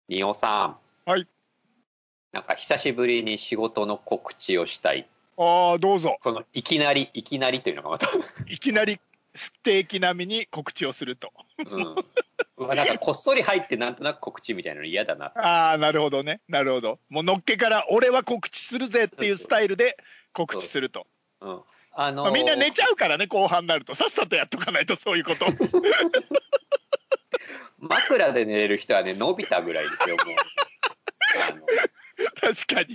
仁尾さん、 はい。 なんか久しぶりに仕事の告知をしたい。 ああ、どうぞ。 このいきなりというのがまたいきなりステーキ並みに告知をすると。 うん。なんかこっそり入ってなんとなく告知みたいなの嫌だなと思って。 ああ、なるほどね。なるほど。もうのっけから俺は告知するぜっていうスそうそうタイルで告そう。 知すると。 うん。 まあ、みんな寝ちゃうからね、後半になると。さっさとやっとかないと、そういうこと。 枕で寝れる人はね、伸びたぐらいですよ、もう。あの確かに。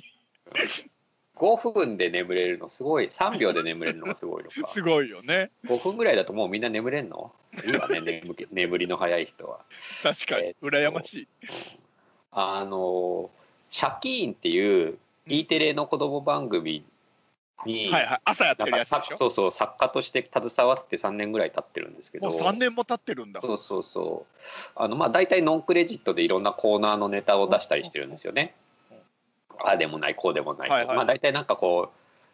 5分で眠れるのすごい、3秒で眠れるのがすごいのか。 すごいよね。 5分ぐらいだともうみんな眠れんの？いいわね、眠りの早い人は。 確かに。羨ましい。 あのシャキーンっていう E テレの子供番組に、 はいはい。朝やってなんかるやつでしょ。 そうそう、作家として携わって3年ぐらい経ってるんですけもうど、 3年も経ってるんだ。 そうそうそう、まあ大体ノンクレジットでいろんなコーナーのネタを出したりしてるんですよね。ああでもないこうでもないと、 はいはい。 まあ大体なんかこ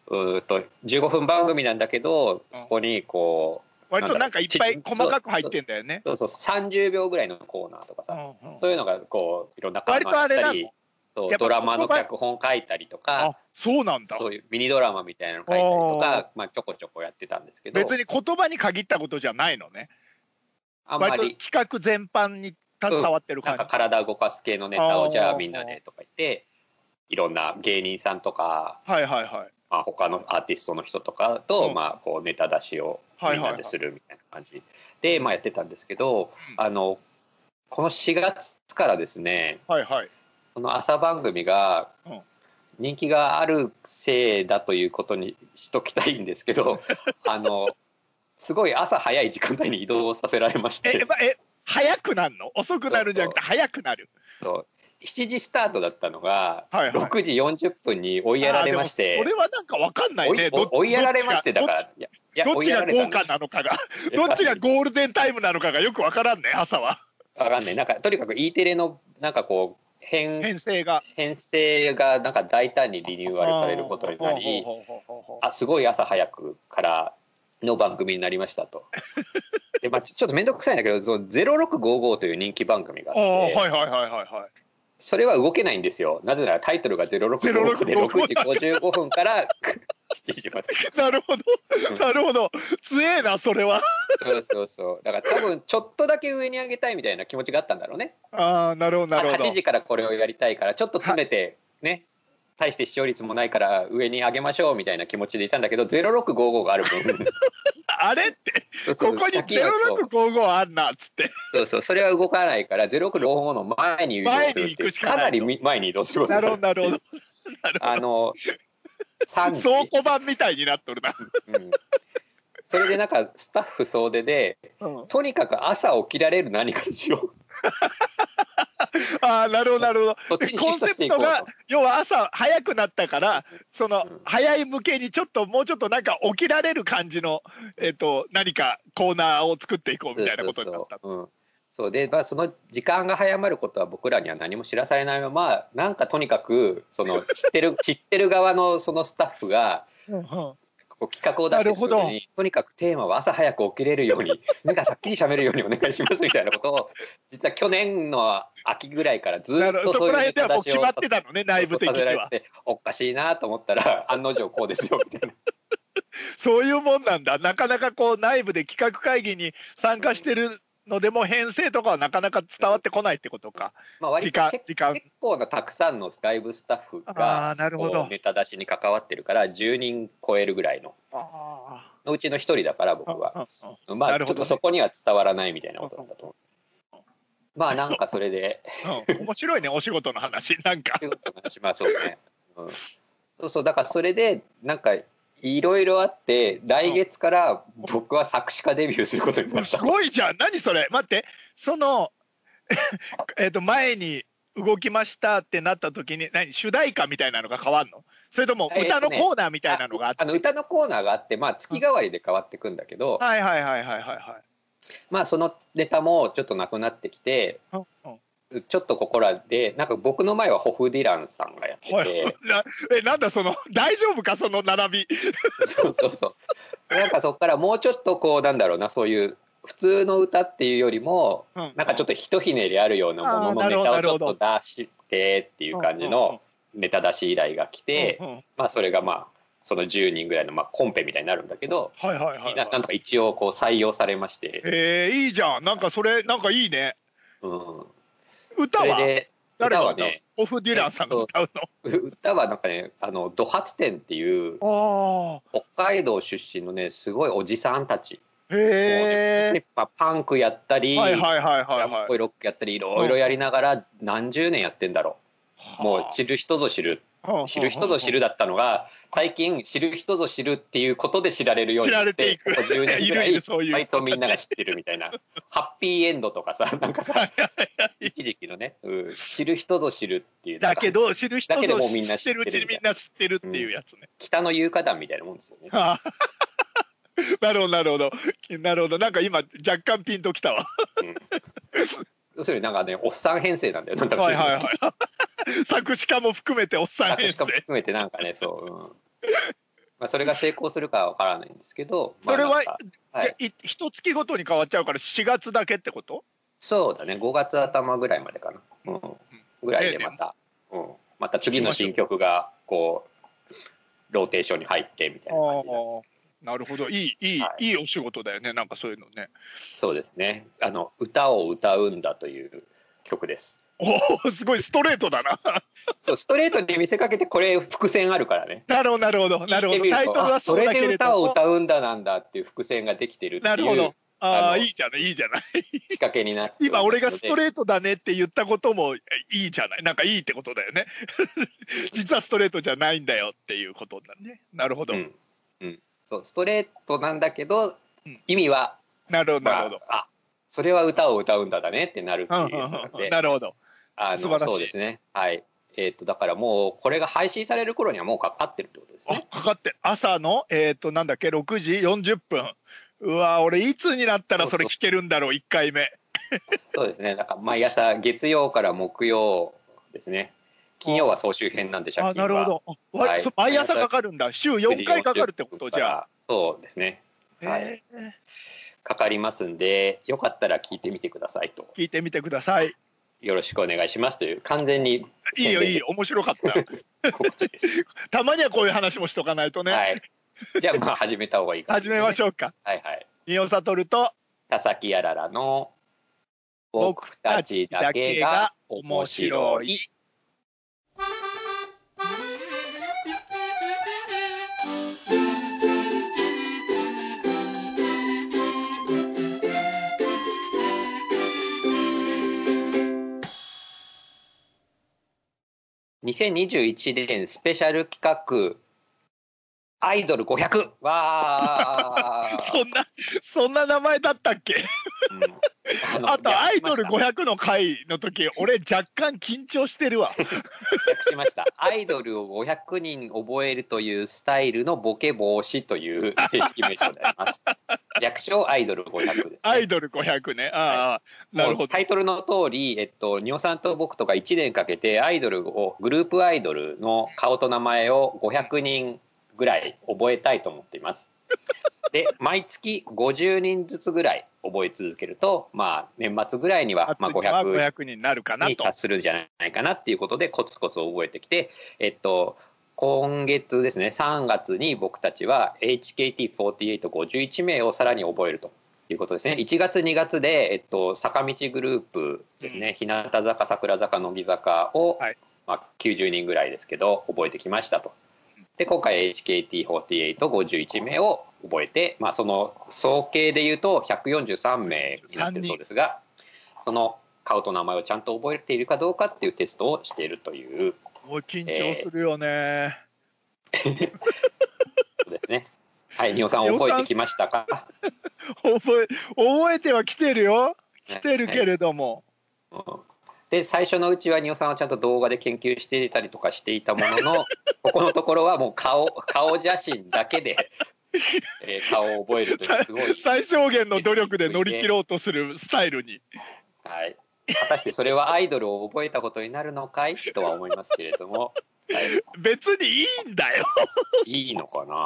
15分番組なんだけど、そこにこう割となんかいっぱい細かく入ってんだよね。 そうそう、30秒ぐらいのコーナーとかさ、そういうのがこういろんな割とあれなの。 そうドラマの脚本書いたりとか、 あ、そうなんだ。 そういうミニドラマみたいなの書いたりとか、まあ、ちょこちょこやってたんですけど、 別に言葉に限ったことじゃないのね。 あんまり割と企画全般に携わってる感じ。 なんか体動かす系のネタをじゃあみんなでとか言って、いろんな芸人さんとか、 はいはいはい。 まあ、他のアーティストの人とかと、まあ、こうネタ出しをみんなでするみたいな感じで、まあ、やってたんですけど、この4月からですね、 はいはい。 その朝番組が人気があるせいだということにしときたいんですけどすごい朝早い時間帯に移動させられまして。 早くなるの？遅くなるんじゃなくて早くなる。 そう7時スタートだったのが6時40分に追いやられまして、 それはなんか分かんないね。 追いやられまして、だからどっちが豪華なのかがどっちがゴールデンタイムなのかがよく分からんね、朝は。 分かんない。なんかとにかく E テレのなんかこう編成がなんか大胆にリニューアルされることになり、すごい朝早くからの番組になりましたと。で、まあ、ちょっと面倒くさいんだけど、その0655という人気番組があって、 はいはいはいはいはい。 それは動けないんですよ。なぜならタイトルが0655で6時55分から7時まで。 なるほどなるほど。強えなそれは。 そうそうそう。だから多分ちょっとだけ上に上げたいみたいな気持ちがあったんだろうね。 ああ、なるほどなるほど。 8時からこれをやりたいからちょっと詰めてね。大して視聴率もないから上に上げましょうみたいな気持ちでいたんだけど、0655がある分あれってここに0655あんなっつって、 そうそう、それは動かないから0655の前に移動するっていう、かなり前に移動することになる。 なるほど 3時倉庫版みたいになっとるな、 それでなんかスタッフ総出で、とにかく朝起きられる何かにしようああ、なるほどなるほど。コンセプトが要は朝早くなったから、その早い向けにもうちょっとなんか起きられる感じの何かコーナーを作っていこうみたいなことになった。 そうで、まあ、その時間が早まることは僕らには何も知らされないまま、なんかとにかくその知ってる側のそのスタッフが企画を出してくるのに、とにかくテーマは朝早く起きれるように目がさっきりしゃべるようにお願いしますみたいなことを実は去年の秋ぐらいからずっとそういうネタ出しを決まってたのね、内部的には。 おかしいなと思ったら案の定こうですよみたいなそういうもんなんだ。なかなかこう内部で企画会議に参加してるのでも編成とかはなかなか伝わってこないってことか。 まあ割と結構なたくさんのライブスタッフがネタ出しに関わってるから10人超えるぐらいのうちの一人だから僕は。まあちょっとそこには伝わらないみたいなことなんだと思う。まあなんかそれで面白いね、お仕事の話。なんかお仕事の話、まあそうね、そうそう、だからそれでなんかいろいろあって来月から僕は作詞家デビューすることになった。 すごいじゃん。何それ。待って、その前に動きましたってなった時に主題歌みたいなのが変わるの？それとも歌のコーナーみたいなのがあって、 歌のコーナーがあって、まあ月替わりで変わってくんだけど、 はいはいはいはいはいはい。 まあそのネタもちょっとなくなってきて、ちょっとここらでなんか僕の前はホフディランさんがやってて、 なんだその大丈夫かその並びそうそうそう、なんかそこからもうちょっとこうなんだろうな、そういう普通の歌っていうよりも、 うん、 なんかちょっとひとひねりあるようなもののネタをちょっと出してっていう感じのネタ出し依頼が来て、まあそれがまあその10人ぐらいのまあコンペみたいになるんだけど、なんとか一応こう採用されまして。 いいじゃん。なんかそれなんかいいね。 うん。 歌は誰が歌うの？ オフ・ディランさんが歌うの？ 歌はなんかね、ド発展っていう北海道出身のねすごいおじさんたち。パンクやったり、ラップロックやったりいろいろやりながら何十年やってんだろう。もう知る人ぞ知る。知る人ぞ知るだったのが最近知る人ぞ知るっていうことで知られるようになって10年ぐらい割とみんなが知ってるみたいなハッピーエンドとかさ、なんかさ一時期のね、知る人ぞ知るっていうだけど知る人ぞ知ってるうちにみんな知ってるっていうやつね。 北の優香団みたいなもんですよね。 なるほどなるほどなるほど。なんか今若干ピンときたわ。 要するになんかねおっさん編成なんだよ。 作詞家も含めておっさん編成。 作詞家も含めてなんかねまあそれが成功するかはわからないんですけど。 それは一月ごとに変わっちゃうから4月だけってこと？ そうだね、5月頭ぐらいまでかな。ぐらいでまた次の新曲がこうローテーションに入ってみたいな感じなんです。 なるほど、いいお仕事だよね、なんかそういうのね。 そうですね。歌を歌うんだという曲です。 すごいストレートだな。 そう、ストレートに見せかけてこれ伏線あるからね。 なるほどなるほどなるほど。タイトルはそれで歌を歌うんだなんだっていう伏線ができてるっていう。なるほど。 いいじゃないいいじゃない。 仕掛けになって。 今俺がストレートだねって言ったこともいいじゃない。なんかいいってことだよね。実はストレートじゃないんだよっていうことだね。なるほど。 そうストレートなんだけど、意味はなるほどなるほど。 それは歌を歌うんだねってなるっていうやつなんで。なるほど。 そうですね。はい。だからもうこれが配信される頃にはもうかかってるってことですね。 かかって朝のなんだっけ6時40分。うわ俺いつになったらそれ聞けるんだろう1回目。 そうですね。なんか毎朝月曜から木曜ですね。金曜は総集編なんで借金は。なるほど。毎朝かかるんだ。週4回かかるってことじゃあ。 そうですね。はい。かかりますんで、よかったら聞いてみてくださいと。 聞いてみてください。 よろしくお願いしますという完全に。 いいよいいよ、面白かった。たまにはこういう話もしとかないとね。 はい。じゃあまあ始めた方がいいかもしれない。 始めましょうか。 はいはい。 仁尾悟と田崎やららの僕たちだけが面白い。2021年スペシャル企画アイドル500。わそんな名前だったっけ？あとアイドル500の回の時俺若干緊張してるわ。 略しました。アイドルを500人覚えるというスタイルのボケ防止という正式名称であります。略称アイドル500です、ね。 アイドル500ね。なるほど。 タイトルの通り、ニオさんと僕とか1年かけてアイドルをグループアイドルの顔と名前を500人ぐらい覚えたいと思っています。で毎月50人ずつぐらい覚え続けると、まあ、年末ぐらいにはまあ500 人になるかなとに達するんじゃないかなっていうことでコツコツ覚えてきて、今月ですね3月に僕たちは HKT4851 名をさらに覚えるということですね。1月2月で、坂道グループですね、日向坂桜坂乃木坂を、まあ、90人ぐらいですけど覚えてきましたと。で今回 HKT4851 名を覚えて、まあ、その総計でいうと143名になっているそうですが、その顔と名前をちゃんと覚えているかどうかっていうテストをしているという。 緊張するよね。 そうですね。はい、仁尾さん覚えてきましたか？ 覚えてはきてるよ。来てるけれども。 で最初のうちは仁尾さんはちゃんと動画で研究していたりとかしていたもののここのところはもう顔写真だけで、顔を覚えるというすごい最小限の努力で乗り切ろうとするスタイルに。 はい、 果たしてそれはアイドルを覚えたことになるのかいとは思いますけれども、はい、 別にいいんだよ。 いいのかな。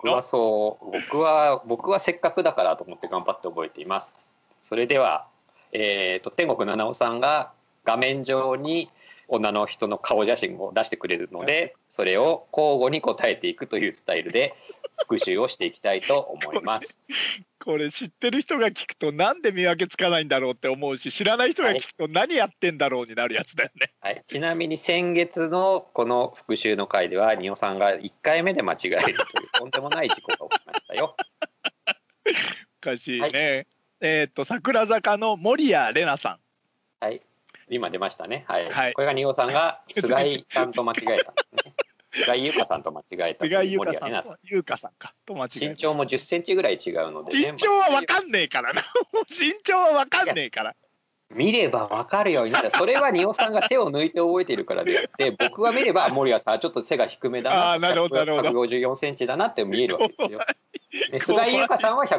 僕はせっかくだからと思って頑張って覚えています。それでは、天国七尾さんが画面上に女の人の顔写真を出してくれるので、それを交互に答えていくというスタイルで復習をしていきたいと思います。 これ知ってる人が聞くとなんで見分けつかないんだろうって思うし、知らない人が聞くと何やってんだろうになるやつだよね。 はい、ちなみに先月のこの復習の回では仁尾さんが1回目で間違えるというとんでもない事故が起きましたよ。 おかしいね。はい、桜坂の守谷玲奈さん。 はい、今出ましたね。はい。はい、これが仁尾さんが菅井さんと間違えたんですね。菅井優香さんと間違えた。 菅井優香さんと優香さんかと間違えた。 身長も10センチぐらい違うので、 ね、身長は分かんねえからな。身長は分かんねえから。 見れば分かるようになる。それは仁尾さんが手を抜いて覚えているからであって、僕が見れば守谷さんはちょっと背が低めだな、154センチだなって見えるわけですよ。菅井優香さんは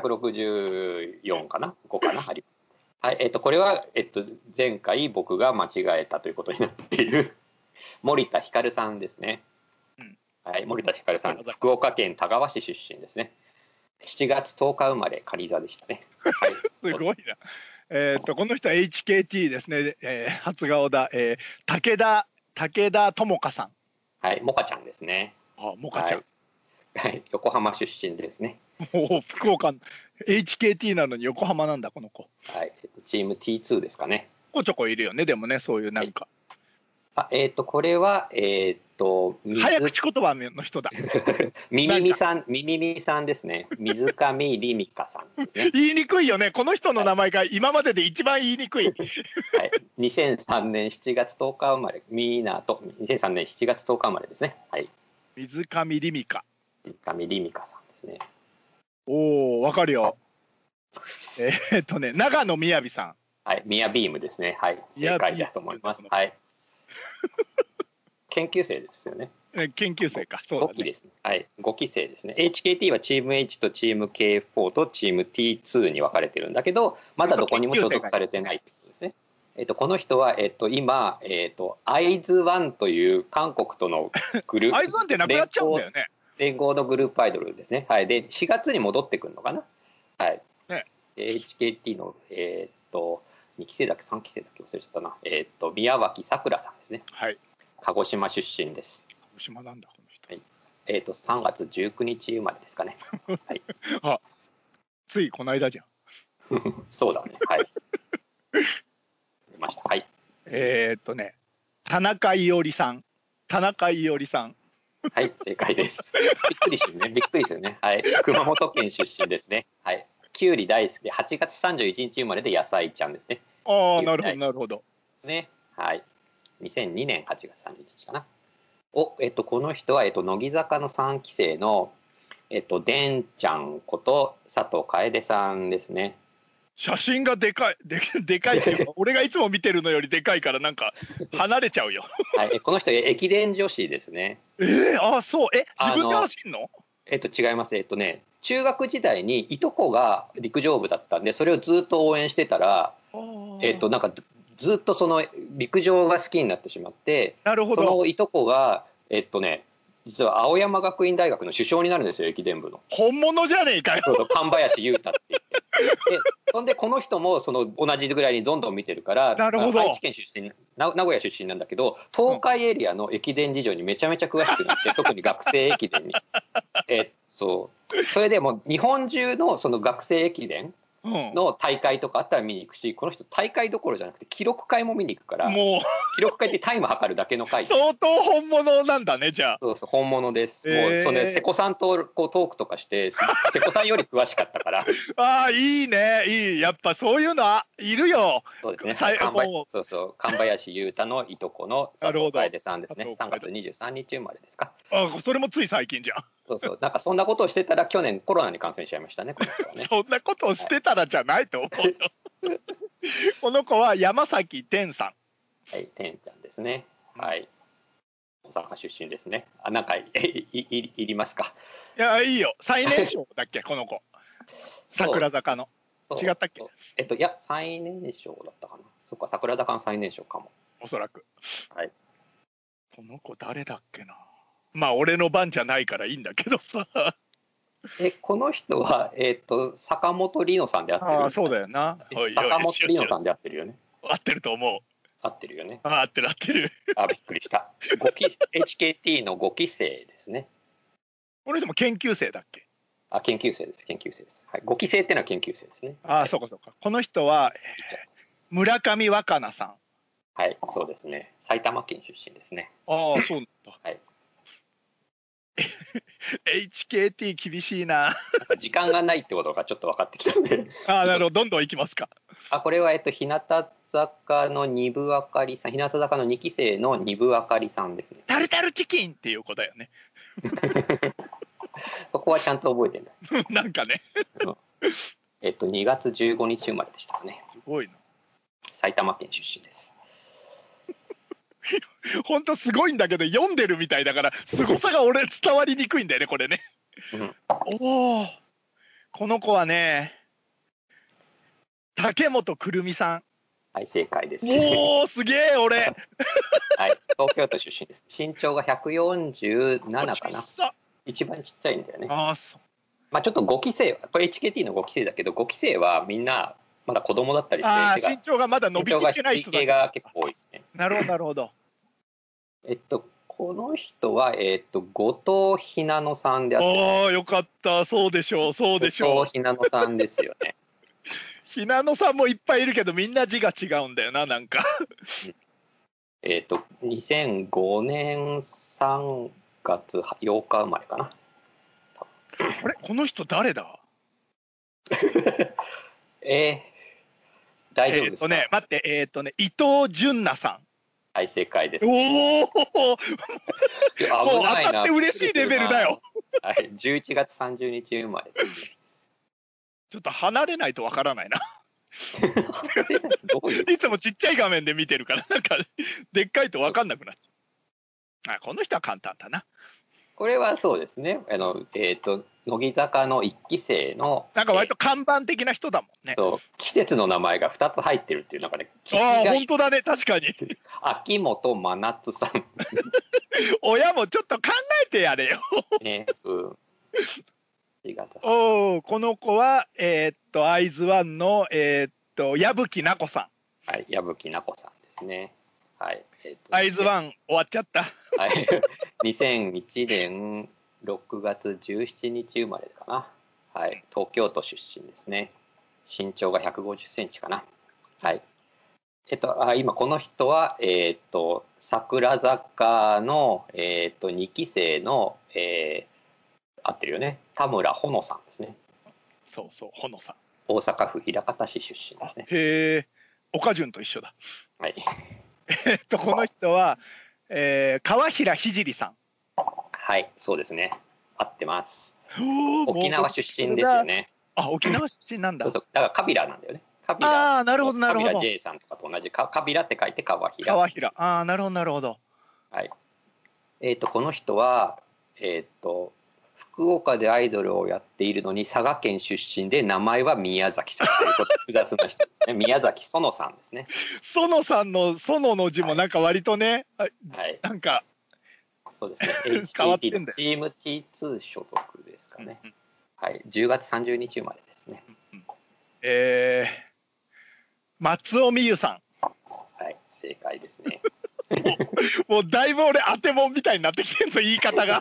164かな、5かなあります。はい、これは、前回僕が間違えたということになっている森田ひかるさんですね。はい、森田ひかるさん、福岡県田川市出身ですね。7月10日生まれ、仮座でしたね。はい、 すごいな。この人は HKT ですね。初顔だ、武田智香さん。 はい、モカちゃんですね。 あ、モカちゃん。 はい、横浜出身ですね。 お、福岡 HKT なのに横浜なんだこの子。 はい、チーム T2 ですかね。 ちょこちょこいるよね、でもね、そういうなんか。 はい、これは早口言葉の人だ。 ミミミさんですね。水上りみかさんですね。 言いにくいよね。この人の名前が今までで一番言いにくい。はい、 2003年7月10日生まれ、ミーナと2003年7月10日生まれですね。はい。 水上りみか。 水上りみかさんですね。 おお、わかるよ。長野みやびさん。 はい、ミヤビームですね。はい、正解だと思います。はい。研究生ですよね。 研究生か。 そうだね。5期ですね。はい、5期生ですね。HKT はチーム H とチーム K4 とチーム T2 に分かれてるんだけど、まだどこにも所属されてないってことですね。この人は今アイズワンという韓国とのグループアイズワンってなくなっちゃうんだよね。 連合のグループアイドルですね。はい。で4月に戻ってくるのかな。はい。ね、HKT の2期生だっけ3期生だっけ忘れちゃったな。宮脇さくらさんですね。 はい。 鹿児島出身です。 鹿児島なんだこの人。 はい。3月19日生まれですかね。はい。 あ、ついこの間じゃん。 そうだね。はい。出ました。はい。 田中伊織さん。田中伊織さん。 はい、正解です。びっくりするね。びっくりするね。はい。熊本県出身ですね。はい。きゅうり大好きで8月31日生まれで野菜ちゃんですね。 ああ、なるほどなるほど。 ですね。はい。2002年8月31日かな。この人は乃木坂の3期生のでんちゃんこと佐藤楓さんですね。 写真がでかいでかいっていうか俺がいつも見てるのよりでかいからなんか離れちゃうよ。 はい、この人駅伝女子ですね。 あ、そう。自分で走んの？ 違います。中学時代にいとこが陸上部だったんでそれをずっと応援してたらなんかずっとその陸上が好きになってしまって、 なるほど。 そのいとこが実は青山学院大学の主将になるんですよ、駅伝部の。 本物じゃねえかよ。 神林雄太って言ってでそんでこの人もその同じぐらいにどんどん見てるから、愛知県出身名古屋出身なんだけど東海エリアの駅伝事情にめちゃめちゃ詳しくなって特に学生駅伝にそれでも日本中のその学生駅伝の大会とかあったら見に行くし、この人大会どころじゃなくて記録会も見に行くから、もう記録会ってタイム測るだけの会相当本物なんだね。じゃあそう本物です。もうそれ瀬古さんとこうトークとかして瀬古さんより詳しかったからああ、いいね、いい。やっぱそういうのいるよ。 そうですね。神林雄太のいとこの佐藤楓さんですね。3月23日生まれですか。 あ、それもつい最近じゃん。 なんかそんなことをしてたら去年コロナに感染しちゃいましたね、この子はね。 そんなことをしてたらじゃないと思うよ。この子は山崎天さん。 はい、天ちゃんですね。はい。大阪出身ですね。なんかいりますか。 いや、いいよ。最年少だっけこの子。桜坂の。違ったっけ。 いや最年少だったかな。 そっか、桜坂の最年少かも。 おそらく。 はい。 この子誰だっけな。まあ俺の番じゃないからいいんだけどさ。 この人は坂本里乃さんで合ってる？ あ、そうだよな。 坂本里乃さんで合ってるよね。 合ってると思う。 合ってるよね。 合ってる合ってる。 びっくりした。HKT の5期生ですね。 これでも研究生だっけ？ 研究生です。研究生です。はい。5期生ってのは研究生ですね。 そうかそうか。この人は村上若菜さん。 はい、そうですね。埼玉県出身ですね。 そうなんだ。 はい。 HKT 厳しいな。 時間がないってことがちょっと分かってきたんで。 なるほど、どんどんいきますか。 これは日向坂の二部あかりさん、日向坂の2期生の二部あかりさんですね。 タルタルチキンっていう子だよね。 そこはちゃんと覚えてんだ。 なんかね。 2月15日生まれでしたね。 すごいな。 埼玉県出身です。 本当すごいんだけど読んでるみたいだから凄さが俺伝わりにくいんだよねこれね。おお、この子はね、竹本くるみさん。 はい、正解です。 おお、すげえ俺。 はい、東京都出身です。身長が147かな。一番ちっちゃいんだよね。 そう。 まあちょっと5期生、これ HKT の5期生だけど、5期生はみんなまだ子供だったりして、身長がまだ伸びきってない人たちが結構多いですね。 なるほどなるほど。 この人は後藤ひなのさんであって、 よかった、そうでしょうそうでしょう。 後藤ひなのさんですよね。 ひなのさんもいっぱいいるけどみんな字が違うんだよな、なんか。 2005年3月8日生まれかな。 あれ、この人誰だ？ 大丈夫ですか？ 待って、伊藤純奈さん。 はい、正解です。 おお、もう当たって嬉しいレベルだよ。 はい、11月30日生まれですね。 ちょっと離れないとわからないな。いつもちっちゃい画面で見てるからなんかでっかいと分かんなくなっちゃう。この人は簡単だな。 これはそうですね。乃木坂の1期生のなんか割と看板的な人だもんね。 季節の名前が2つ入ってるっていう、なんかね。 本当だね、確かに。 秋元真夏さん。 親もちょっと考えてやれよ。 ね、 この子は会津ワンの矢吹奈子さん。はい、矢吹奈子さんですね。はい。 会津ワン終わっちゃった。 はい。2001年6月17日生まれかな。はい。東京都出身ですね。身長が150センチかな。はい。今この人は桜坂の2期生の合ってるよね。田村穂乃さんですね。 そうそう、穂乃さん。 大阪府枚方市出身ですね。 へえ、岡潤と一緒だ。 はい。 この人は、川平聖さん。 はい、そうですね。合ってます。沖縄出身ですよね。 沖縄出身なんだ。 そうそう、だからカビラなんだよね。 なるほどなるほど。 カビラ J さんとかと同じカビラって書いて川平。 なるほどなるほど。 はい。この人は福岡でアイドルをやっているのに佐賀県出身で名前は宮崎さんということ複雑な人ですね。宮崎園さんですね。 園さんの園の字もなんか割とね、はい、なんかそうですね。HKT のチーム T2 所属ですかね。はい、10月30日生まれですね。 松尾美優さん。 はい、正解ですね。 もうだいぶ俺当てもんみたいになってきてるぞ、言い方が。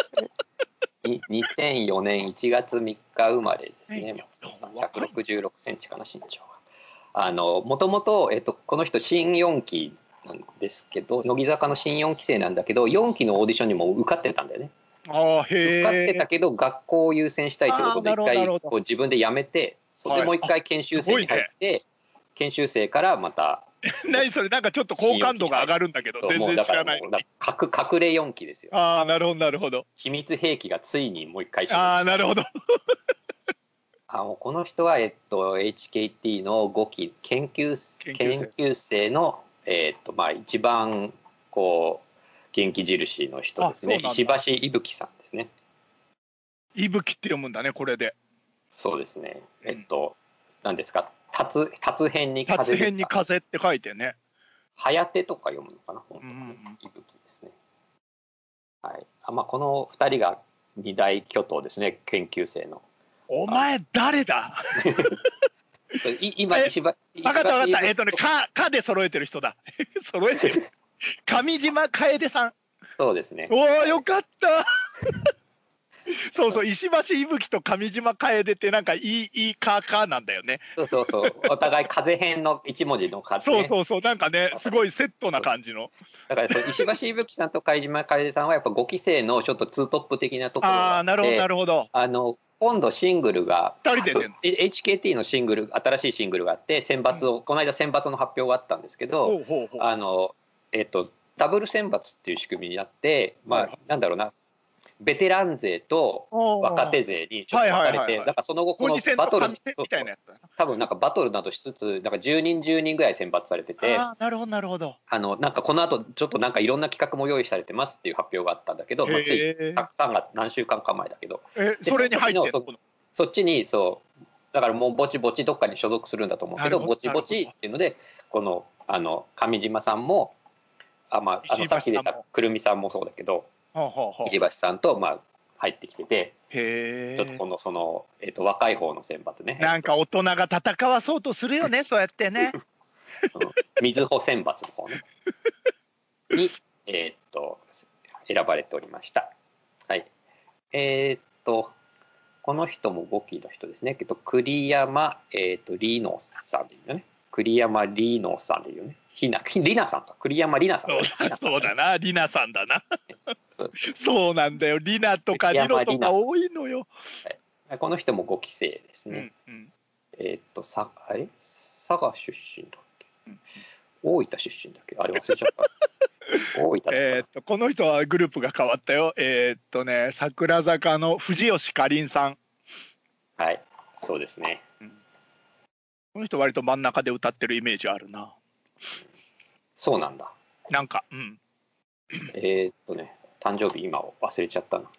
2004年1月3日生まれですね。166センチかな、身長が。もともとこの人新4期なんですけど、乃木坂の新4期生なんだけど、4期のオーディションにも受かってたんだよね。受かってたけど学校を優先したいということで一回自分で辞めて、それでもう一回研修生に入って、研修生からまた。 何それ、なんかちょっと好感度が上がるんだけど全然知らない。 隠れ4期ですよ。 なるほどなるほど。 秘密兵器がついにもう一回。 なるほど。 この人はHKT の5期研究生の一番こう元気印の人ですね。石橋いぶきさんですね。 いぶきって読むんだね、これで。 そうですね。何ですか。 達編に達風ですか。 編に風って書いてね。 はやてとか読むのかな、本当に息吹ですね。はい。まあこの2人が二大巨頭ですね、研究生の。 お前誰だ。 今石橋。 分かった分かった。かで揃えてる人だ。揃えてる。上島楓さん。 そうですね。 おお、よかった。そうそう、石橋いぶきと上島楓ってなんかいいかなんだよね。 そうお互い風編の一文字の風、 ね、そうなんかね、すごいセットな感じの。 だから石橋いぶきさんと上島楓さんはやっぱ5期生のちょっとツートップ的なところがあって、 なるほど。 今度シングルが 2人でね、 HKT の新しいシングルがあってこの間選抜の発表があったんですけど、ダブル選抜っていう仕組みになって、なんだろうな、ベテラン勢と若手勢にちょっと分かれて、だからその後このバトルに多分なんかバトルなどしつつなんか10人ぐらい選抜されてて、 なるほど。 なんかこの後ちょっとなんかいろんな企画も用意されてますっていう発表があったんだけど、つい3月何週間か前だけど、 それに入ってそっちにだからもうぼちぼちどっかに所属するんだと思うけど、ぼちぼちっていうのでこの上島さんもさっき出たくるみさんもそうだけど。石橋さんと入ってきてて、ちょっとこの若い方の選抜ね、 なんか大人が戦わそうとするよね、そうやってね。 水穂選抜の方ねに選ばれておりました。はい。この人も5期の人ですね。栗山里乃さんでいいよね。栗山里乃さんでいいよね。りなさんか、栗山里奈さん。 そうだな、りなさんだな。そうなんだよ、りなとかりのとか多いのよ。 この人も5期生ですね。佐賀出身だっけ、大分出身だっけ、あれ忘れちゃった。大分だった。 この人はグループが変わったよ。桜坂の藤吉かりんさん。 はい、そうですね。 この人割と真ん中で歌ってるイメージあるな。 そうなんだ。 なんか、 誕生日今忘れちゃったな。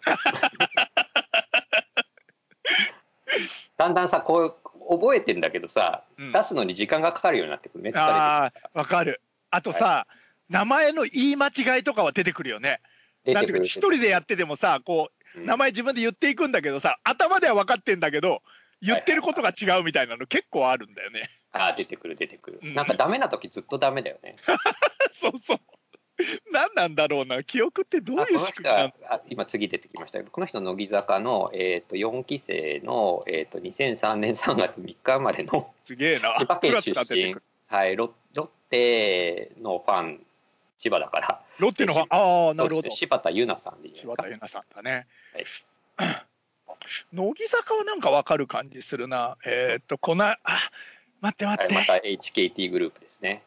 だんだんさこう覚えてんだけどさ、出すのに時間がかかるようになってくるね。 わかる。あとさ、名前の言い間違いとかは出てくるよね。なんていうか一人でやっててもさ、こう名前自分で言っていくんだけどさ、頭では分かってんだけど言ってることが違うみたいなの結構あるんだよね。 出てくる。なんかダメな時ずっとダメだよね。 そう。何なんだろうな、記憶ってどういう仕組みなの。 今次出てきましたけど、この人乃木坂の4期生の2003年3月3日生まれのすげえな、 千葉県出身、ロッテのファン、千葉だからロッテのファン、なるほど。 柴田優奈さんでいいですか。 柴田優奈さんだね。乃木坂はなんかわかる感じするな。待って、また HKT グループですね。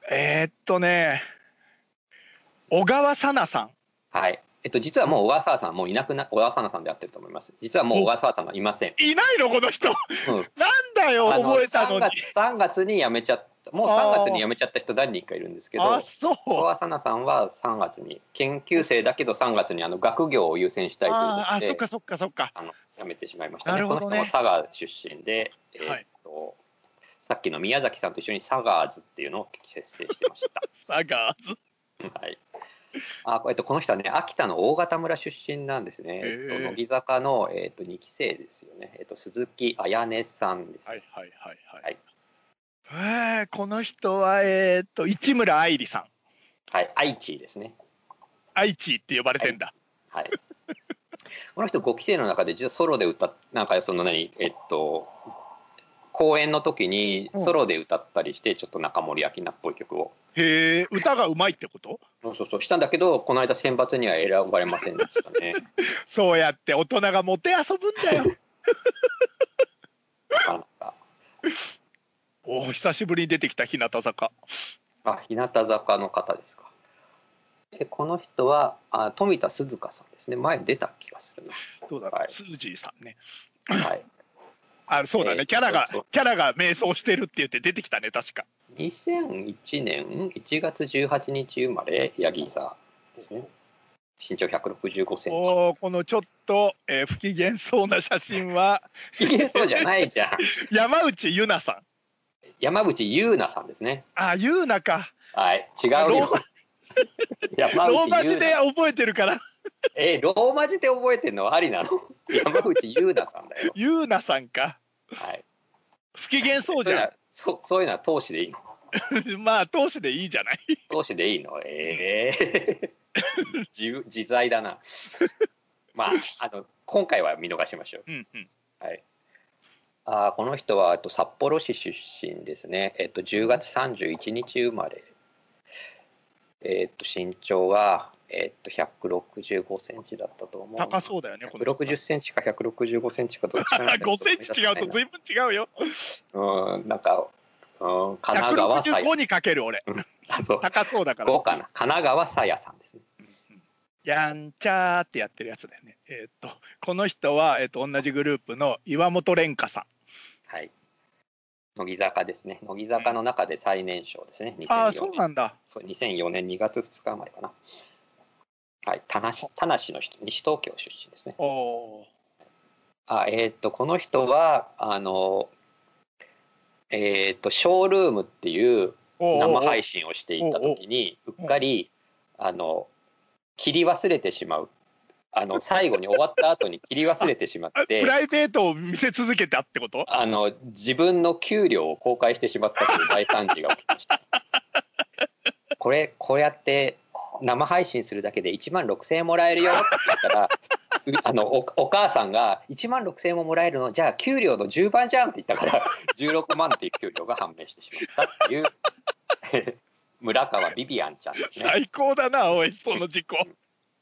小川紗奈さん。 はい。実はもう小川紗奈さんもういなくな、小川紗奈さんで合ってると思います。実はもう小川紗奈さんはいません。 いないのこの人。なんだよ、覚えたのに。 3月に辞めちゃった。もう3月に辞めちゃった人何人かいるんですけど、小川紗奈さんは3月に研究生だけど3月に学業を優先したいということで、 そっか。 辞めてしまいましたね。この人も佐賀出身で、さっきの宮崎さんと一緒にサガーズっていうのを結成してました。 サガーズ。 はい。この人はね、秋田の大潟村出身なんですね。乃木坂の2期生ですよね。鈴木彩音さんです。はい。 この人は市村愛理さん。 はい、愛知ですね。 愛知って呼ばれてんだ。 はい。この人5期生の中で実はソロでなんか公演の時にソロで歌ったりしてちょっと中森明菜っぽい曲を。 へえ、歌がうまいってこと？ そうしたんだけど、この間選抜には選ばれませんでしたね。 そうやって大人がもてあそぶんだよ。お久しぶりに出てきた日向坂。 日向坂の方ですか。この人は富田鈴香さんですね。前出た気がするな。 どうだろう、スージーさんね。 はい。 そうだね、キャラが迷走してるって言って出てきたね、確か。 2001年1月18日生まれ、ヤギ座ですね。身長165センチ。 このちょっと、不機嫌そうな写真は不機嫌そうじゃないじゃん。 山内優奈さん。 山口優奈さんですね。 あ、優奈か。 はい、違うよ。 ローマ字で覚えてるから。 ローマ字で覚えてんのありなの？山口優奈さんだよ。 優奈さんか。 はい。 不機嫌そうじゃん。 そういうのは投資でいいの？ まあ投資でいいじゃない。 投資でいいの？自在だな。まあ今回は見逃しましょう。はい。この人は札幌市出身ですね。10月31日生まれ。身長が165センチだったと思う。 高そうだよね。 160センチか165センチかどっちかな。 5センチ違うと随分違うよ。 なんか神奈川さや。 165にかける俺。高そうだから。 5かな。神奈川さやさんですね。 やんちゃーってやってるやつだよね。この人は同じグループの岩本蓮香さん。 はい。乃木坂ですね。乃木坂の中で最年少ですね。 ああ、そうなんだ。 2004年2月2日生まれかな。はい。田無の人、西東京出身ですね。この人はショールームっていう生配信をしていた時にうっかり切り忘れてしまう。最後に終わった後に切り忘れてしまってプライベートを見せ続けたってこと？ 自分の給料を公開してしまったという大惨事が起きました。こうやって生配信するだけで1万6,000円もらえるよって言ったらお母さんが1万6,000円ももらえるのじゃあ給料の10倍じゃんって言ったから16万っていう給料が判明してしまったっていう村川ビビアンちゃんですね。 最高だなおいその事故。はい、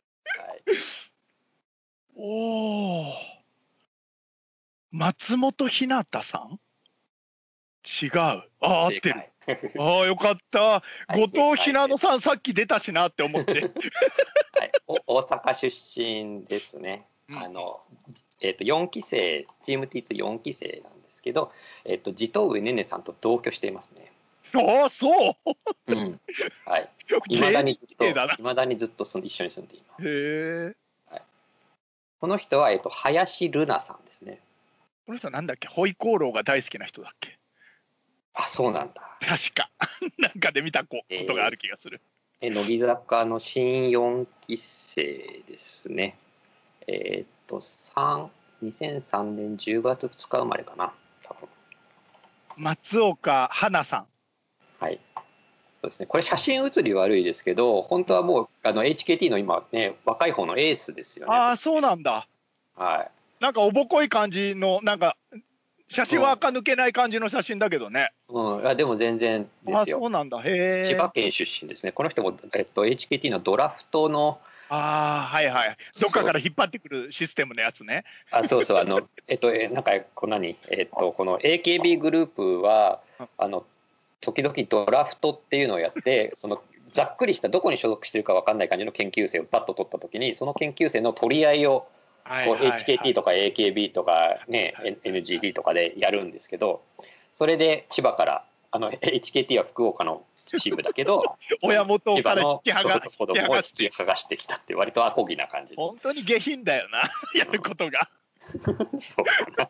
松本ひなたさん？違う。合ってる。よかった。後藤ひなのさんさっき出たしなって思って。はい、 大阪出身ですね。4期生チーム T2 4期生なんですけど、地頭上ねねさんと同居していますね。 ああそう。 はい。いまだにずっと一緒に住んでいます。 へえ。 この人は林瑠奈さんですね。 この人はなんだっけ、ホイコーローが大好きな人だっけ？ あ、そうなんだ。 確かなんかで見たことがある気がする。 乃木坂の新4期生ですね。2003年10月2日生まれかな、多分。 松岡花さん。 はい。そうですね。これ写真写り悪いですけど、本当はもうHKT の今ね若い方のエースですよね。 ああ、そうなんだ。はい。なんかおぼこい感じのなんか写真は垢抜けない感じの写真だけどね。 でも全然ですよ。 あ、そうなんだ。へえ。 千葉県出身ですね。この人もHKT のドラフトの。 はいはい。どっかから引っ張ってくるシステムのやつね。 そうそうなんかこのAKB グループは時々ドラフトっていうのをやってざっくりしたどこに所属してるか分かんない感じの研究生をパッと取った時にその研究生の取り合いをHKT とか AKB とかね NGT とかでやるんですけど、それで千葉からHKT は福岡のチームだけど親元から引き剥がしてきたって割とアコギな感じ。 本当に下品だよなやることが。そうかな。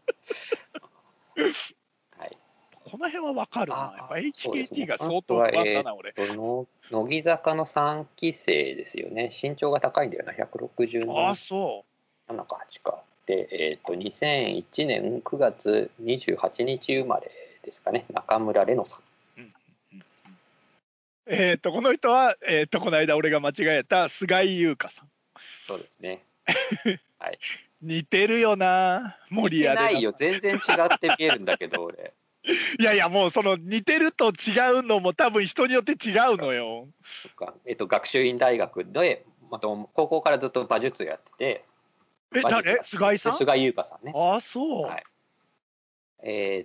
はい。この辺はわかるな。やっぱ HKT が相当不安だな俺。 乃木坂の3期生ですよね。身長が高いんだよな、167。 あ、そう。 7か8か。で、2001年9月28日生まれですかね。中村玲乃さん。 この人は、この間俺が間違えた菅井優香さん。 そうですね。はい。 似てるよな。森谷。似てないよ。全然違って見えるんだけど俺。 いやいやもうその似てると違うのも多分人によって違うのよ。 そっか。学習院大学でまた高校からずっと馬術やってて。 誰？菅井さん？ 菅井優香さんね。 あ、そう。はい、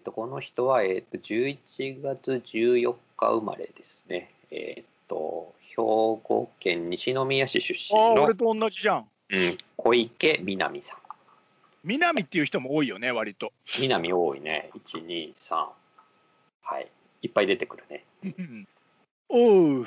この人は11月14日生まれですね。兵庫県西宮市出身の。 俺と同じじゃん。 小池みなみさん。 南っていう人も多いよね割と。 南多いね。123。はい。いっぱい出てくるね。 おう。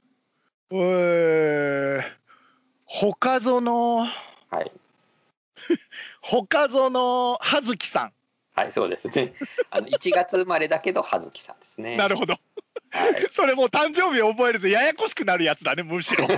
他園。はい。他園葉月さん。 はい、そうですね。1月生まれだけど葉月さんですね。 なるほど。 はい、 それもう誕生日を覚えるとややこしくなるやつだね、むしろ。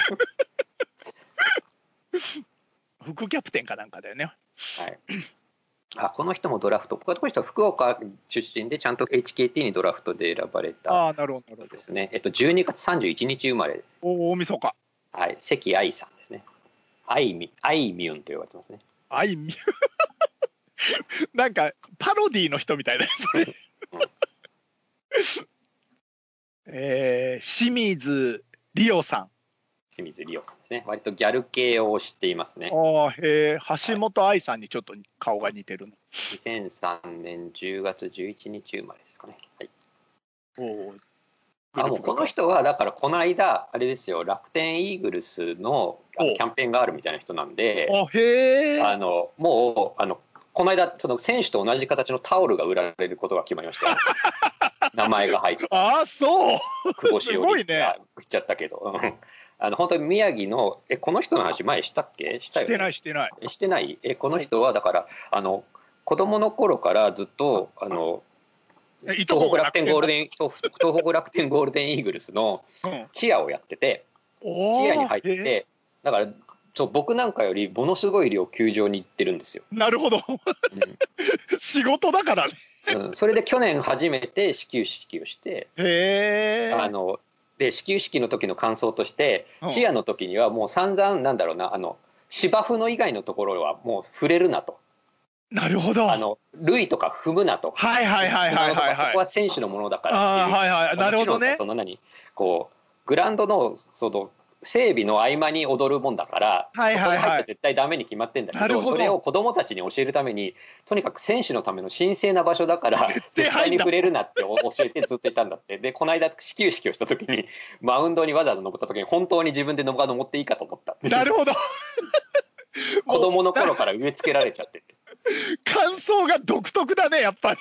副キャプテンかなんかだよね。 はい。この人もドラフト、この人は福岡出身でちゃんと HKT にドラフトで選ばれた人ですね。12月31日生まれ。 大晦日。 はい、関愛さんですね。あいみゅんと呼ばれてますね。 あいみゅん。なんかパロディの人みたいなそれ。清水理央さん。 清水理央さんですね。割とギャル系を知っていますね。 橋本愛さんにちょっと顔が似てるの。 2003年10月11日生まれですかね。はい。 もうこの人はだからこの間あれですよ、楽天イーグルスのキャンペーンがあるみたいな人なんで、もうこの間その選手と同じ形のタオルが売られることが決まりました。名前が入って。 そう。 久保しおりが言っちゃったけど。本当に宮城のこの人の話前したっけ？ してない。 この人はだから子供の頃からずっと東北楽天ゴールデンイーグルスのチアをやってて、チアに入ってだから僕なんかよりものすごい量球場に行ってるんですよ。 なるほど。仕事だからね。 それで去年初めて始球式をして、で始球式の時の感想として、チアの時にはもう散々なんだろうな芝生の以外のところはもう触れるなと。 なるほど。 塁とか踏むなと。そこは選手のものだからっていう。 なるほどね。 そのこうグラウンドの整備の合間に踊るもんだから、そこに入っちゃ絶対ダメに決まってんだけど、それを子供たちに教えるためにとにかく選手のための神聖な場所だから絶対に触れるなって教えてずっといたんだって。でこの間始球式をした時にマウンドにわざわざ登った時に本当に自分で登っていいかと思った。 なるほど。 子供の頃から植え付けられちゃってて。 感想が独特だね、やっぱり。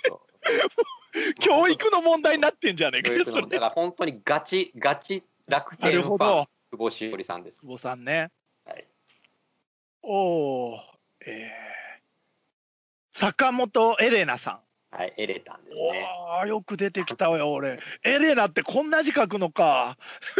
教育の問題になってんじゃねえか。 だから本当にガチ楽天ファン久保しおりさんです。 久保さんね。 はい。 坂本エレナさん。はい、エレタンですね。 よく出てきたよ俺。エレナってこんな字書くのか。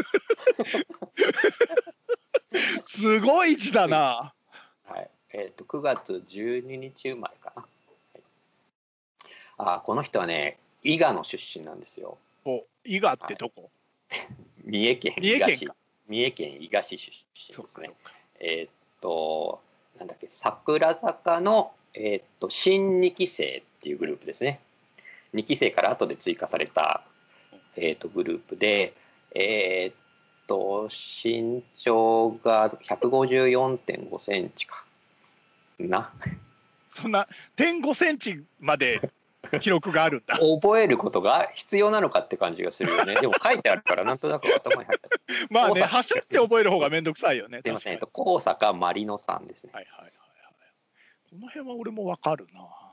すごい字だな。 はい。9月12日生まれかな。はい、この人はね、伊賀の出身なんですよ。 伊賀ってどこ？ 三重県伊賀市出身ですね。なんだっけ、桜坂の新2期生っていうグループですね。2期生から後で追加されたグループで、身長が154.5センチかな。 そんな0.5センチまで記録があるんだ。 覚えることが必要なのかって感じがするよね。でも書いてあるからなんとなく頭に入った。 まあね、はしゃって覚える方がめんどくさいよね。 すいません、高坂まりのさんですね。 この辺は俺もわかる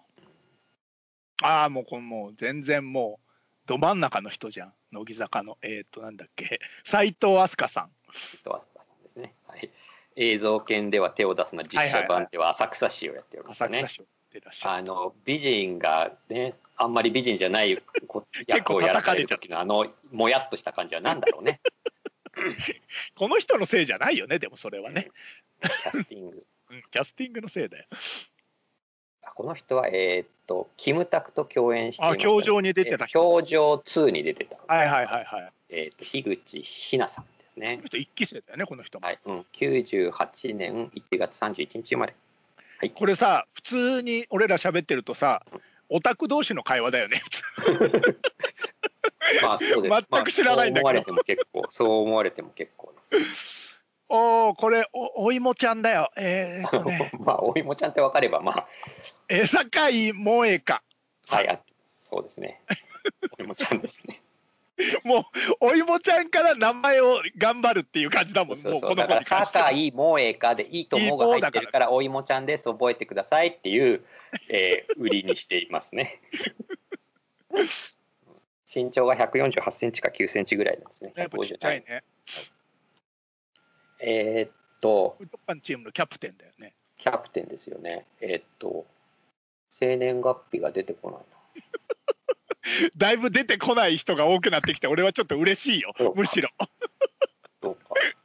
な。もう全然もうど真ん中の人じゃん。乃木坂のなんだっけ、斉藤飛鳥さん。 斉藤飛鳥さんですね。はい。映像研では手を出すな、実写版では浅草市をやっておりますね。美人がね、あんまり美人じゃない役をやらされる時のもやっとした感じはなんだろうね。 この人のせいじゃないよね。でもそれはね、 キャスティングキャスティングのせいだよ。 この人はキムタクと共演しています、ね。 教場に出てた人。 教場2に出てた。樋口日奈さんですね。 この人1期生だよね、この人も。 はい、98年1月31日生まれ。はい、 これさ、普通に俺ら喋ってるとさ、オタク同士の会話だよね。 まあそうです。 全く知らないんだけど。 そう思われても結構です。 これお芋ちゃんだよ。 まあお芋ちゃんって分かればまあ。 酒井萌香。 はい、そうですね。お芋ちゃんですね。 もうお芋ちゃんから名前を頑張るっていう感じだもん。 だから酒井萌香でいいと思うが入ってるからお芋ちゃんです、覚えてくださいっていう、売りにしていますね。身長が148センチか9センチぐらいなんですね。 やっぱちっちゃいね。 どっかのチームのキャプテンだよね。 キャプテンですよね。 生年月日が出てこないな。 だいぶ出てこない人が多くなってきて、俺はちょっと嬉しいよ、むしろ。 そう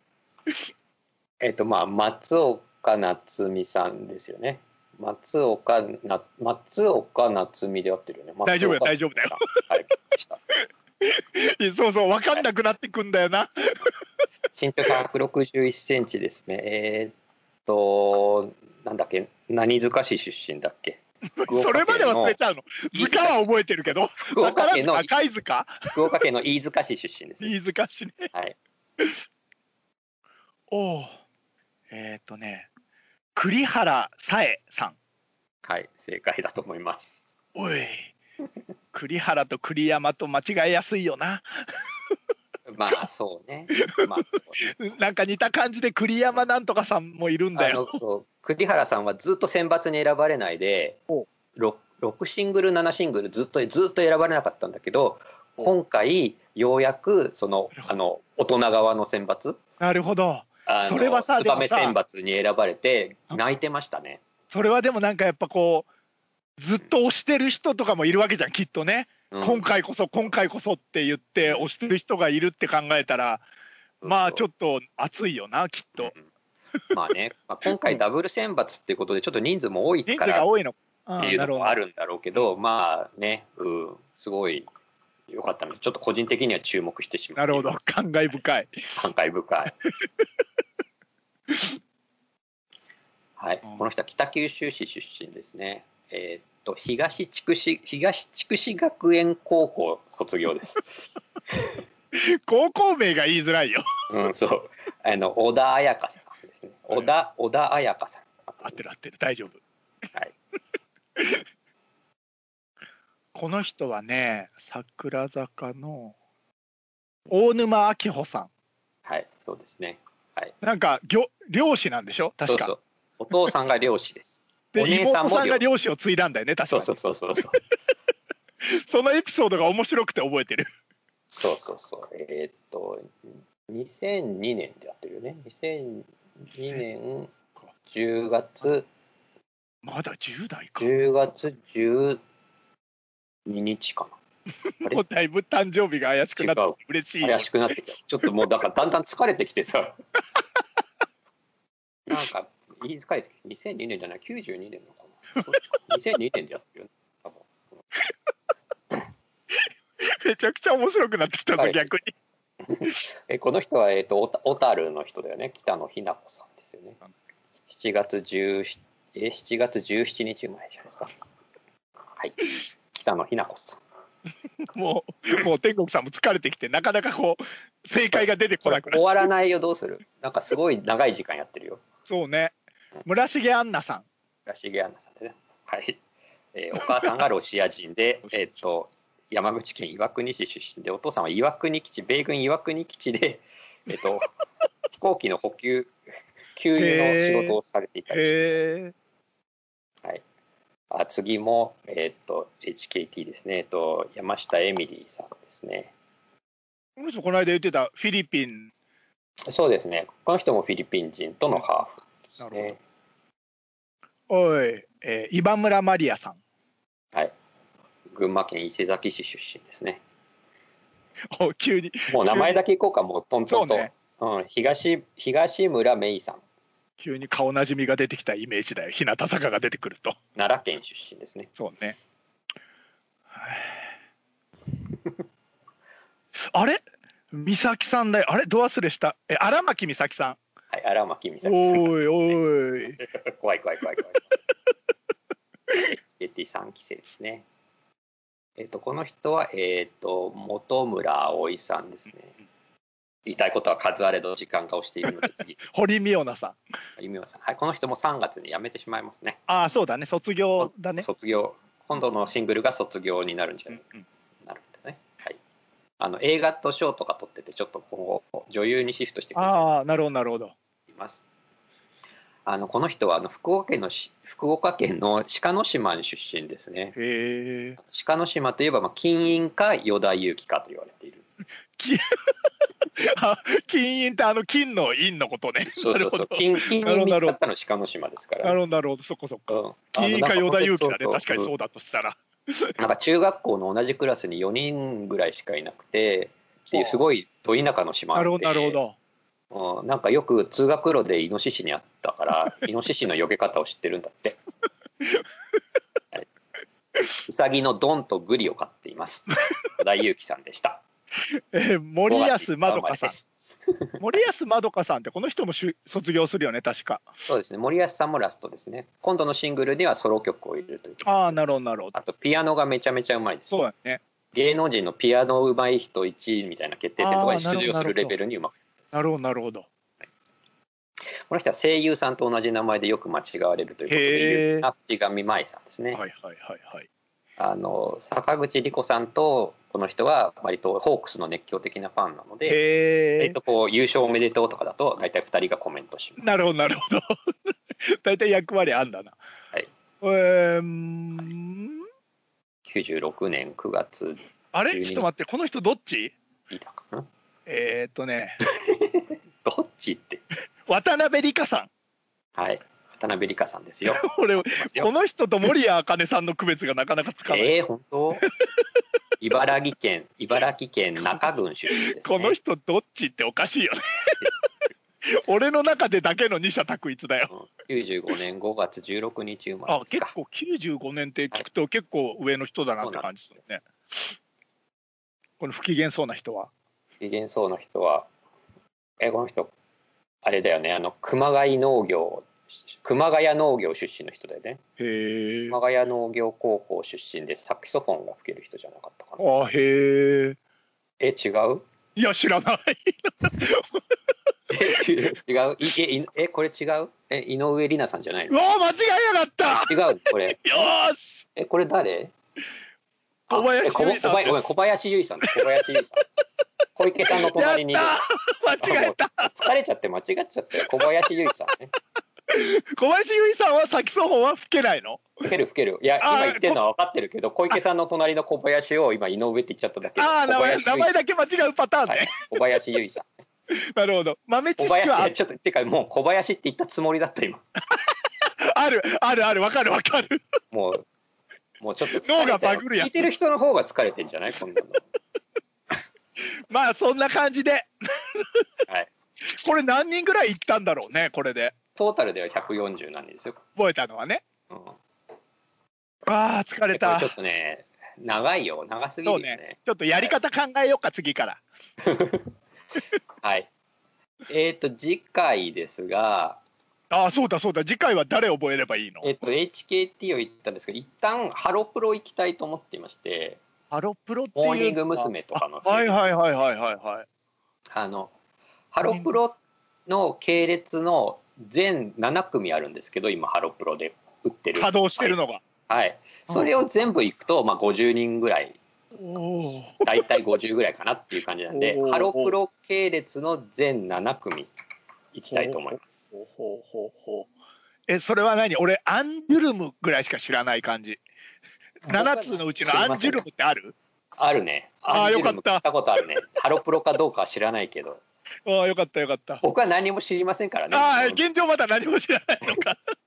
か。まあ松岡夏美さんですよね。松岡夏美で合ってるよね。 大丈夫よ、大丈夫だよ。 はい、したそうそう、分かんなくなってくんだよな。 身長161センチですね。なんだっけ、何塚市出身だっけ。 それまで忘れちゃうの。塚は覚えてるけど。 福岡県の貝塚。 福岡県の飯塚市出身です、ね。 飯塚市ね。 はい。 おお。栗原紗恵さん。 はい、正解だと思います。 おい。栗原と栗山と間違えやすいよな。 まあそうね。まあそうね。 なんか似た感じで栗山なんとかさんもいるんだよ。 そう栗原さんはずっと選抜に選ばれないで 6シングル7シングルずっと選ばれなかったんだけど、今回ようやくその大人側の選抜、 なるほど。それはさ、 でもさ選抜に選ばれて泣いてましたね。 それはでもなんかやっぱこうずっと推してる人とかもいるわけじゃん、きっとね。今回こそって言って推してる人がいるって考えたら、まあちょっと熱いよな、きっと。 まあね、今回ダブル選抜っていうことでちょっと人数も多いから人数が多いのっていうのもあるんだろうけど、まあね、すごい良かったのでちょっと個人的には注目してしまっています。 なるほど、感慨深い。 感慨深い。はい、この人は北九州市出身ですね。東筑紫学園高校卒業です。 高校名が言いづらいよ。 そう。小田彩香さんですね。小田彩香さん。 合ってる大丈夫。 はい。 この人はね、桜坂の大沼明穂さん。 はい、そうですね。はい。 なんか漁師なんでしょ、確か。 そうお父さんが漁師です。 で妹さんが漁師を継いだんだよね、確かに。 そう。 そのエピソードが面白くて覚えてる。 そう。2002年でやってるよね。2002年10月。 まだ10代か。 10月12日かな。 もうだいぶ誕生日が怪しくなって嬉しい。 怪しくなってきた。ちょっともうだからだんだん疲れてきてさ。なんか言い疲れてきて、2002年じゃない、92年のかな。2002年でやってるよね。多分。 めちゃくちゃ面白くなってきたぞ、逆に。この人は小樽の人だよね。北野日な子さんですよね。7月17日生まれじゃないですか。はい。北野日な子さん。 もう天国さんも疲れてきてなかなかこう正解が出てこなくなって。 終わらないよ、どうする。なんかすごい長い時間やってるよ。 そうね。村重杏奈さん。 村重杏奈さんでね。はい。お母さんがロシア人で山口県岩国市出身で、お父さんは米軍岩国基地で飛行機の給油の仕事をされていたりしてます。はい。次もHKT ですね。山下エミリーさんですね。 この人この間言ってたフィリピン。 そうですね。この人もフィリピン人とのハーフですね。 おい、今村マリアさん。 はい。群馬県伊勢崎市出身ですね。 急に。 もう名前だけいこうか、もうトントンと。 ね、 東村芽衣さん。 急に顔なじみが出てきたイメージだよ。日向坂が出てくると。 奈良県出身ですね。 そうね。あれ美咲さんだよ。あれど忘れした。荒牧美咲さん。 はい、荒牧美咲さん。 おい。 怖い。3期生ですね。この人は本村葵さんですね。言いたいことは数あれど時間が押しているので次。 堀美央奈さん。 はい、この人も3月に辞めてしまいますね。 ああ、そうだね。卒業だね。 卒業。今度のシングルが卒業になるんじゃないかなるんだね。はい。映画と賞とか撮っててちょっと今後女優にシフトしてくる。 ああ、なるほど。 います。この人は福岡県の鹿の島に出身ですね。鹿の島といえば金印か依田祐希かと言われている。 金印って金の印のことね。 そうそうそう。金印見つかったの鹿の島ですから。 なるほどなるほど、そっかそっか。金印か与田祐希だね、確かにそうだとしたら。 なんか中学校の同じクラスに4人ぐらいしかいなくてっていうすごいど田舎の島で。 なるほど。 なんかよく通学路でイノシシに会ったからイノシシの避け方を知ってるんだって。はい、ウサギのドンとグリを飼っています。小田裕樹さんでした。 森安まどかさん。森安まどかさんってこの人も卒業するよね確か。 そうですね。森安さんもラストですね。今度のシングルにはソロ曲を入れるという。 ああなるほどなるほど。 あとピアノがめちゃめちゃうまいです。 そうだね。 芸能人のピアノうまい人1位みたいな決定戦とかに出場するレベルにうまく。 なるほどなるほど。 この人は声優さんと同じ名前でよく間違われるということで有名な淵上舞さんですね。 はいはいはいはい。 坂口理子さんとこの人は割とホークスの熱狂的なファンなので、こう優勝おめでとうとかだと大体2人がコメントします。 なるほどなるほど。大体役割あんだな。 はい。96年9月。 あれちょっと待って、この人どっち？ いたかな。どっちって。 渡辺理香さん。 はい。渡辺理香さんですよ。 俺この人と守谷茜さんの区別がなかなかつかない。 本当？茨城県中郡出身です、ね。 この人どっちっておかしいよね。俺の中でだけの二者択一だよ。 95年5月16日生まれですか。 結構95年って聞くと結構上の人だなって感じするね。この不機嫌そうな人は。 不機嫌そうな人はこの人あれだよね、熊谷農業出身の人だよね。熊谷農業高校出身でサクソフォンが吹ける人じゃなかったかな。違う？ いや知らない。 違う？これ違う？井上里奈さんじゃないの？ 間違えやがった。 違うこれ。 よし。 これ誰？ 小林由依さん。 ごめん小林由依さん。小池さんの隣にいる。 間違えた。 疲れちゃって間違っちゃったよ。小林由依さんね。 小林由依さんはサキソフォンは吹けないの？ 吹ける。いや今言ってるのは分かってるけど、小池さんの隣の小林を今井上って言っちゃっただけで。 名前だけ間違うパターンね。はい、 小林由依さん。 なるほど。豆知識はちょっとてかもう小林って言ったつもりだった今。 あるわかる。 もうちょっと脳がバグるやん。 聞いてる人の方が疲れてんじゃないこんなの。 まあそんな感じで。 はい。 これ何人ぐらい行ったんだろうねこれで。 トータルでは140何人ですよ。 覚えたのはね。疲れた。 ちょっとね長すぎるよね。 ちょっとやり方考えようか次から。 はい。次回ですが。 そうだ次回は誰覚えればいいの ？HKT を言ったんですけど一旦ハロプロ行きたいと思っていまして。 ハロプロっていうモーニング娘。とかの。 はい。 ハロプロの系列の全7組あるんですけど今ハロプロで売ってる稼働してるのが。 はい。それを全部いくと50人ぐらい。だいたい50ぐらいかなっていう感じなんでハロプロ系列の全7組いきたいと思います。 それは何？俺アンジュルムぐらいしか知らない感じ。7つのうちのアンジュルムってある？ あるね。 よかった。 聞いたことあるね。ハロプロかどうかは知らないけど。 よかった。 僕は何も知りませんからね。 現状まだ何も知らないのか。